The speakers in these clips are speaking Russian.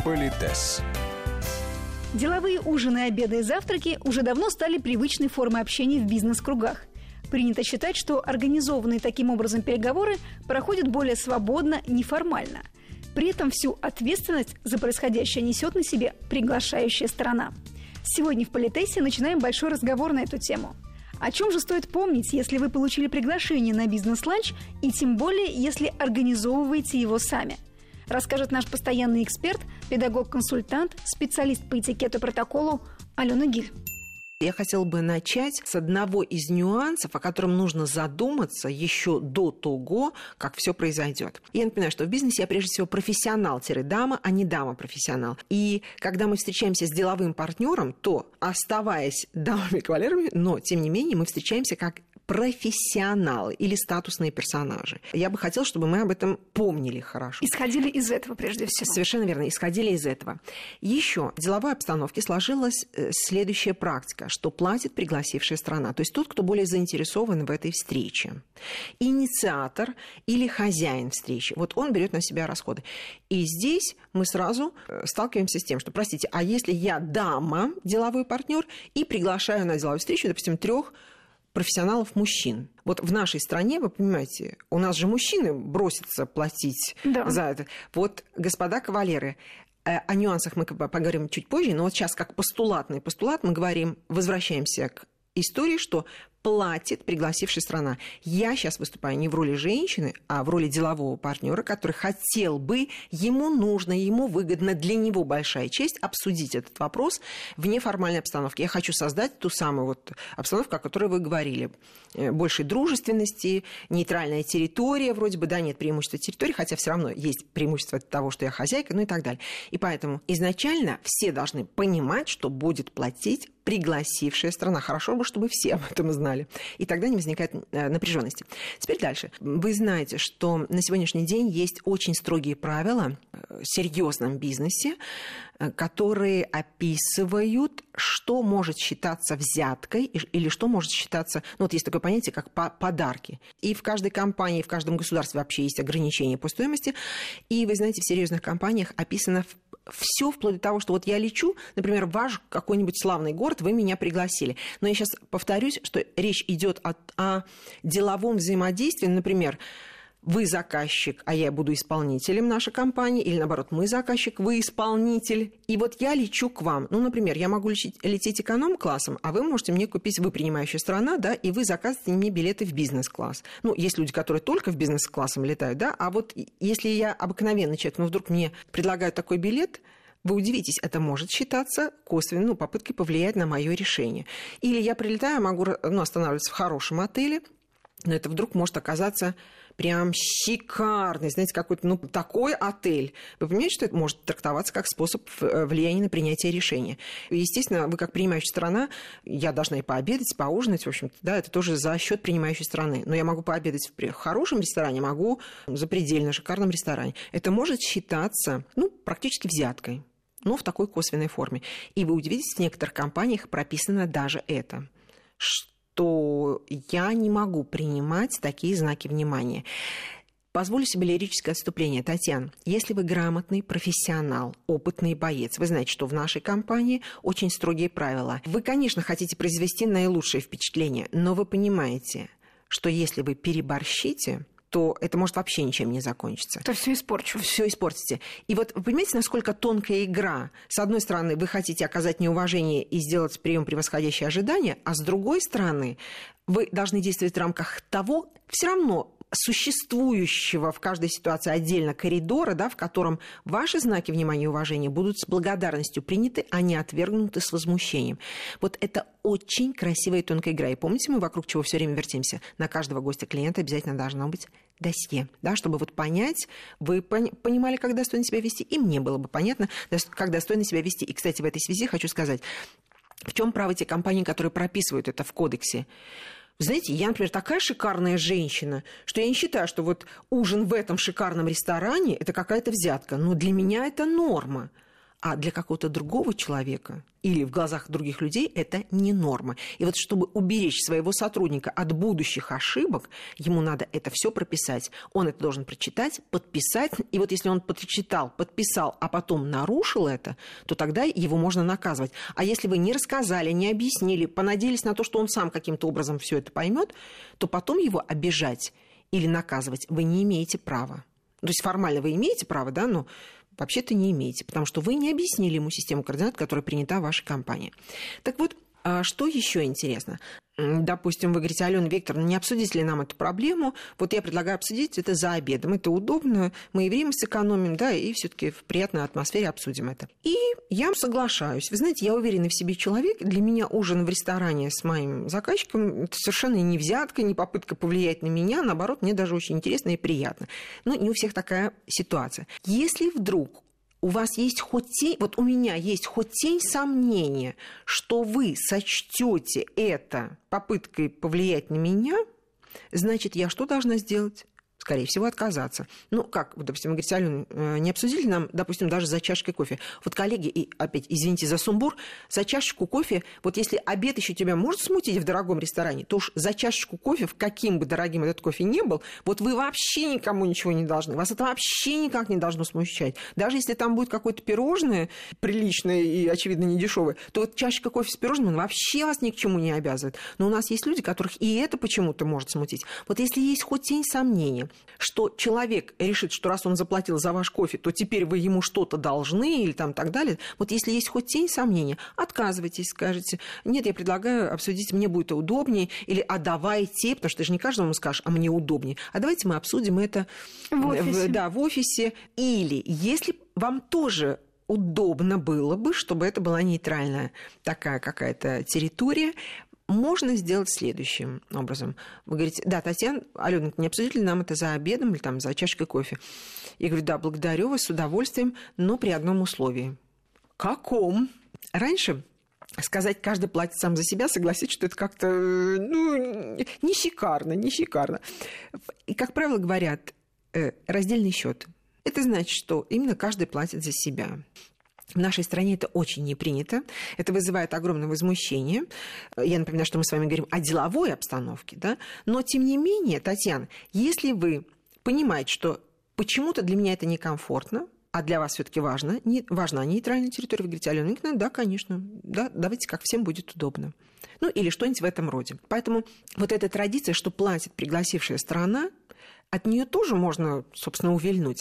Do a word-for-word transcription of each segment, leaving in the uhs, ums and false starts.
Политес. Деловые ужины, обеды и завтраки уже давно стали привычной формой общения в бизнес-кругах. Принято считать, что организованные таким образом переговоры проходят более свободно, неформально. При этом всю ответственность за происходящее несет на себе приглашающая сторона. Сегодня в Политесе начинаем большой разговор на эту тему. О чем же стоит помнить, если вы получили приглашение на бизнес-ланч, и тем более, если организовываете его сами? Расскажет наш постоянный эксперт, педагог-консультант, специалист по этикету и протоколу Алена Гиль. Я хотела бы начать с одного из нюансов, о котором нужно задуматься еще до того, как все произойдет. Я напоминаю, что в бизнесе я прежде всего профессионал-дама, а не дама-профессионал. И когда мы встречаемся с деловым партнером, то, оставаясь дамами-кавалерами, но, тем не менее, мы встречаемся как профессионалы или статусные персонажи. Я бы хотела, чтобы мы об этом помнили хорошо. Исходили из этого, прежде всего. Совершенно верно, исходили из этого. Еще в деловой обстановке сложилась следующая практика, что платит пригласившая страна, то есть тот, кто более заинтересован в этой встрече. Инициатор или хозяин встречи. Вот он берет на себя расходы. И здесь мы сразу сталкиваемся с тем, что, простите, а если я дама, деловой партнер, и приглашаю на деловую встречу, допустим, трех профессионалов мужчин. Вот в нашей стране, вы понимаете, у нас же мужчины бросятся платить да. за это. Вот, господа кавалеры, о нюансах мы поговорим чуть позже, но вот сейчас как постулатный постулат мы говорим, возвращаемся к истории, что платит пригласившая страна. Я сейчас выступаю не в роли женщины, а в роли делового партнера, который хотел бы, ему нужно, ему выгодно, для него большая честь обсудить этот вопрос в неформальной обстановке. Я хочу создать ту самую вот обстановку, о которой вы говорили. Большей дружественности, нейтральная территория, вроде бы, да, нет преимущества территории, хотя все равно есть преимущество того, что я хозяйка, ну и так далее. И поэтому изначально все должны понимать, что будет платить пригласившая страна. Хорошо бы, чтобы все об этом знали. И тогда не возникает напряженности. Теперь дальше. Вы знаете, что на сегодняшний день есть очень строгие правила в серьезном бизнесе, которые описывают, что может считаться взяткой или что может считаться... Ну, вот есть такое понятие, как подарки. И в каждой компании, в каждом государстве вообще есть ограничения по стоимости. И, вы знаете, в серьезных компаниях описано все вплоть до того, что вот я лечу, например, в ваш какой-нибудь славный город, вы меня пригласили. Но я сейчас повторюсь, что речь идет о, о деловом взаимодействии, например, вы заказчик, а я буду исполнителем нашей компании, или наоборот, мы заказчик, вы исполнитель, и вот я лечу к вам. Ну, например, я могу лететь, лететь эконом-классом, а вы можете мне купить, вы принимающая страна, да, и вы заказываете мне билеты в бизнес-класс. Ну, есть люди, которые только в бизнес-классом летают, да, а вот если я обыкновенный человек, но вдруг мне предлагают такой билет, вы удивитесь, это может считаться косвенной, ну, попыткой повлиять на мое решение. Или я прилетаю, могу, ну, останавливаться в хорошем отеле, но это вдруг может оказаться прям шикарный, знаете, какой-то, ну, такой отель. Вы понимаете, что это может трактоваться как способ влияния на принятие решения. Естественно, вы как принимающая сторона, я должна и пообедать, поужинать, в общем-то, да, это тоже за счет принимающей стороны. Но я могу пообедать в хорошем ресторане, могу в запредельно шикарном ресторане. Это может считаться, ну, практически взяткой, но в такой косвенной форме. И вы удивитесь, в некоторых компаниях прописано даже это, что я не могу принимать такие знаки внимания. Позволю себе лирическое отступление. Татьяна, если вы грамотный профессионал, опытный боец, вы знаете, что в нашей компании очень строгие правила. Вы, конечно, хотите произвести наилучшее впечатление, но вы понимаете, что если вы переборщите, то это может вообще ничем не закончиться. То все испорчу. Все испортите. И вот вы понимаете, насколько тонкая игра. С одной стороны, вы хотите оказать неуважение и сделать прием, превосходящий ожидания, а с другой стороны, вы должны действовать в рамках того, все равно существующего в каждой ситуации отдельно коридора, да, в котором ваши знаки внимания и уважения будут с благодарностью приняты, а не отвергнуты с возмущением. Вот это очень красивая и тонкая игра. И помните, мы вокруг чего все время вертимся? На каждого гостя клиента обязательно должно быть досье, да, чтобы вот понять, вы пони- понимали, как достойно себя вести, и мне было бы понятно, как достойно себя вести. И, кстати, в этой связи хочу сказать, в чем право те компании, которые прописывают это в кодексе? Знаете, я, например, такая шикарная женщина, что я не считаю, что вот ужин в этом шикарном ресторане – это какая-то взятка. Но для меня это норма. А для какого-то другого человека или в глазах других людей это не норма. И вот чтобы уберечь своего сотрудника от будущих ошибок, ему надо это все прописать. Он это должен прочитать, подписать. И вот если он прочитал, подписал, а потом нарушил это, то тогда его можно наказывать. А если вы не рассказали, не объяснили, понадеялись на то, что он сам каким-то образом все это поймет, то потом его обижать или наказывать вы не имеете права. То есть формально вы имеете право, да, но вообще-то не имеете, потому что вы не объяснили ему систему координат, которая принята в вашей компании. Так вот, что еще интересно? Допустим, вы говорите: Алена Викторовна, не обсудить ли нам эту проблему? Вот я предлагаю обсудить это за обедом. Это удобно, мы и время сэкономим, да, и все-таки в приятной атмосфере обсудим это. И я соглашаюсь. Вы знаете, я уверенный в себе человек. Для меня ужин в ресторане с моим заказчиком – это совершенно не взятка, не попытка повлиять на меня. Наоборот, мне даже очень интересно и приятно. Но не у всех такая ситуация. Если вдруг у вас есть хоть тень, вот у меня есть хоть тень сомнения, что вы сочтете это попыткой повлиять на меня, значит, я что должна сделать? Скорее всего, отказаться. Ну, как, допустим, вы говорите: Алена, не обсудили нам, допустим, даже за чашкой кофе. Вот, коллеги, и опять, извините за сумбур, за чашечку кофе, вот если обед еще тебя может смутить в дорогом ресторане, то уж за чашечку кофе, в каким бы дорогим этот кофе ни был, вот вы вообще никому ничего не должны. Вас это вообще никак не должно смущать. Даже если там будет какое-то пирожное приличное и, очевидно, не дешевое, то вот чашечка кофе с пирожным, он вообще вас ни к чему не обязывает. Но у нас есть люди, которых и это почему-то может смутить. Вот если есть хоть тень сомнения, что человек решит, что раз он заплатил за ваш кофе, то теперь вы ему что-то должны или там так далее. Вот если есть хоть тень сомнения, отказывайтесь, скажете: нет, я предлагаю обсудить, мне будет удобнее, или а давайте, потому что ты же не каждому скажешь, а мне удобнее, а давайте мы обсудим это в офисе. В, да, в офисе. Или если вам тоже удобно было бы, чтобы это была нейтральная такая какая-то территория, можно сделать следующим образом. Вы говорите: да, Татьяна, Алена, не обсудить ли нам это за обедом или там, за чашкой кофе? Я говорю: да, благодарю вас, с удовольствием, но при одном условии. Каком? Раньше сказать «каждый платит сам за себя», согласитесь, что это как-то ну, не шикарно, не шикарно. И, как правило, говорят раздельный счет. Это значит, что именно каждый платит за себя. В нашей стране это очень не принято. Это вызывает огромное возмущение. Я напоминаю, что мы с вами говорим о деловой обстановке, да? Но, тем не менее, Татьяна, если вы понимаете, что почему-то для меня это некомфортно, а для вас все-таки важно, не, важна нейтральная территория, вы говорите: Алена Викторовна, да, конечно, да, давайте, как всем будет удобно. Ну, или что-нибудь в этом роде. Поэтому вот эта традиция, что платит пригласившая сторона, от нее тоже можно, собственно, увильнуть.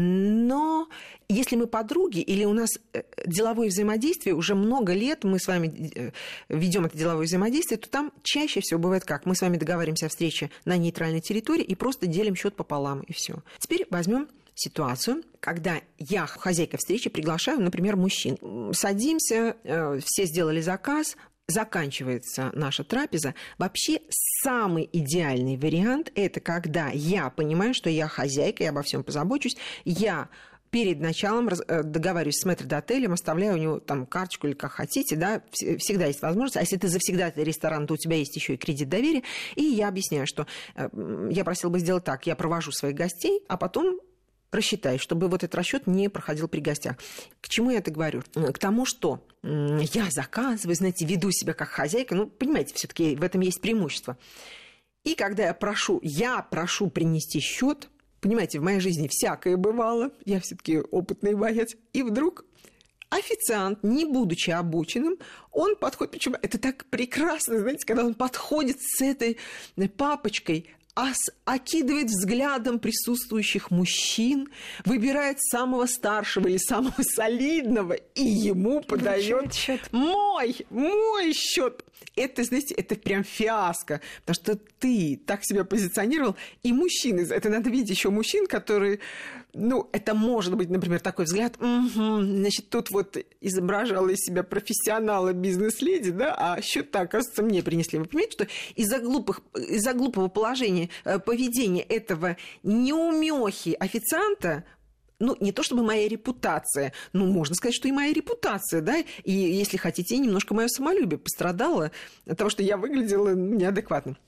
Но если мы подруги или у нас деловое взаимодействие, уже много лет мы с вами ведем это деловое взаимодействие, то там чаще всего бывает как? Мы с вами договариваемся о встрече на нейтральной территории и просто делим счет пополам, и все. Теперь возьмем ситуацию, когда я, хозяйка встречи, приглашаю, например, мужчин. Садимся, все сделали заказ, заканчивается наша трапеза. Вообще самый идеальный вариант – это когда я понимаю, что я хозяйка, я обо всем позабочусь, я перед началом договариваюсь с мэтрдотелем, оставляю у него там карточку или как хотите, да, всегда есть возможность. А если ты завсегдатый ресторан, то у тебя есть еще и кредит доверия. И я объясняю, что я просила бы сделать так: я провожу своих гостей, а потом рассчитай, чтобы вот этот расчет не проходил при гостях. К чему я это говорю? К тому, что я заказываю, знаете, веду себя как хозяйка. Ну, понимаете, все-таки в этом есть преимущество. И когда я прошу, я прошу принести счет, понимаете, в моей жизни всякое бывало, я все-таки опытный боец, и вдруг официант, не будучи обученным, он подходит, причем это так прекрасно, знаете, когда он подходит с этой папочкой, окидывает взглядом присутствующих мужчин, выбирает самого старшего или самого солидного и ему подает мой, мой счет. Это, знаете, это прям фиаско, потому что ты так себя позиционировал, и мужчины, это надо видеть еще мужчин, которые, ну, это может быть, например, такой взгляд: угу, значит, тут вот изображала из себя профессионала бизнес-леди, да, а счет-то, оказывается, мне принесли. Вы понимаете, что из-за глупых, из-за глупого положения, поведения этого неумехи официанта, ну, не то чтобы моя репутация, ну, можно сказать, что и моя репутация, да, и, если хотите, немножко мое самолюбие пострадало от того, что я выглядела неадекватно.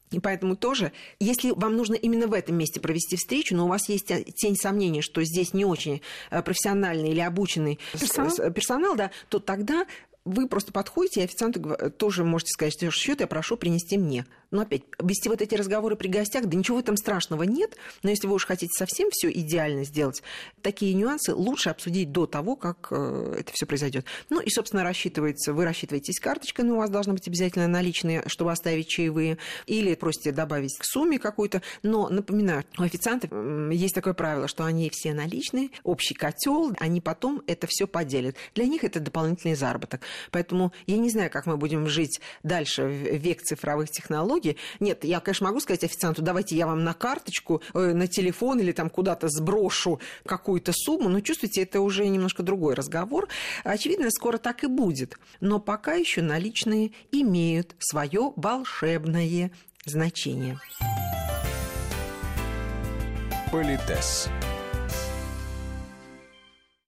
И поэтому тоже, если вам нужно именно в этом месте провести встречу, но у вас есть тень сомнения, что здесь не очень профессиональный или обученный персонал, персонал да, то тогда вы просто подходите, и официанту тоже можете сказать, что счет я прошу принести мне. Но опять, вести вот эти разговоры при гостях, да ничего в этом страшного нет, но если вы уж хотите совсем все идеально сделать, такие нюансы лучше обсудить до того, как э, это все произойдет. Ну и, собственно, рассчитывается, вы рассчитываетесь карточкой, но у вас должны быть обязательно наличные, чтобы оставить чаевые, или просите добавить к сумме какую-то. Но, напоминаю, у официантов есть такое правило, что они все наличные, общий котел, они потом это все поделят. Для них это дополнительный заработок. Поэтому я не знаю, как мы будем жить дальше в век цифровых технологий. Нет, я, конечно, могу сказать официанту, давайте я вам на карточку, э, на телефон или там куда-то сброшу какую-то сумму, но чувствуете, это уже немножко другой разговор. Очевидно, скоро так и будет. Но пока еще наличные имеют свое волшебное значение. Политес.